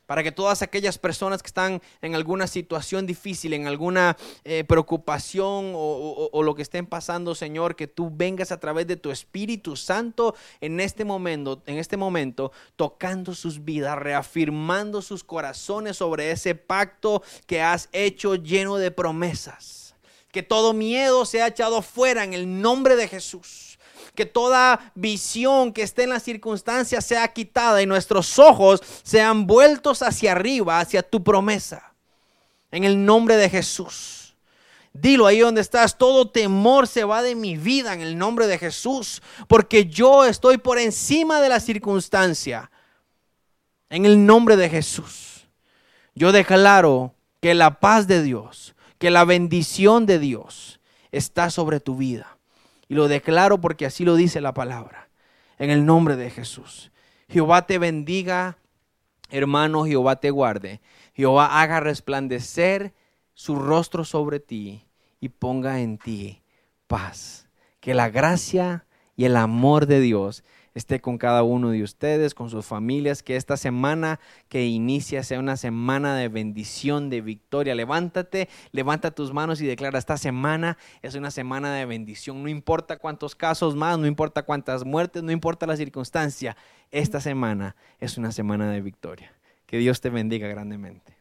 Para que todas aquellas personas que están en alguna situación difícil, en alguna eh, preocupación o, o, o lo que estén pasando, Señor, que tú vengas a través de tu Espíritu Santo en este momento, en este momento, tocando sus vidas, reafirmando sus corazones sobre ese pacto que has hecho lleno de promesas. Que todo miedo sea echado fuera en el nombre de Jesús. Que toda visión que esté en las circunstancias sea quitada y nuestros ojos sean vueltos hacia arriba, hacia tu promesa. En el nombre de Jesús. Dilo ahí donde estás, todo temor se va de mi vida en el nombre de Jesús. Porque yo estoy por encima de la circunstancia. En el nombre de Jesús. Yo declaro que la paz de Dios, que la bendición de Dios está sobre tu vida. Y lo declaro porque así lo dice la palabra. En el nombre de Jesús. Jehová te bendiga, hermano. Jehová te guarde. Jehová haga resplandecer su rostro sobre ti y ponga en ti paz. Que la gracia y el amor de Dios esté con cada uno de ustedes, con sus familias, que esta semana que inicia sea una semana de bendición, de victoria. Levántate, levanta tus manos y declara: esta semana es una semana de bendición. No importa cuántos casos más, no importa cuántas muertes, no importa la circunstancia. Esta semana es una semana de victoria. Que Dios te bendiga grandemente.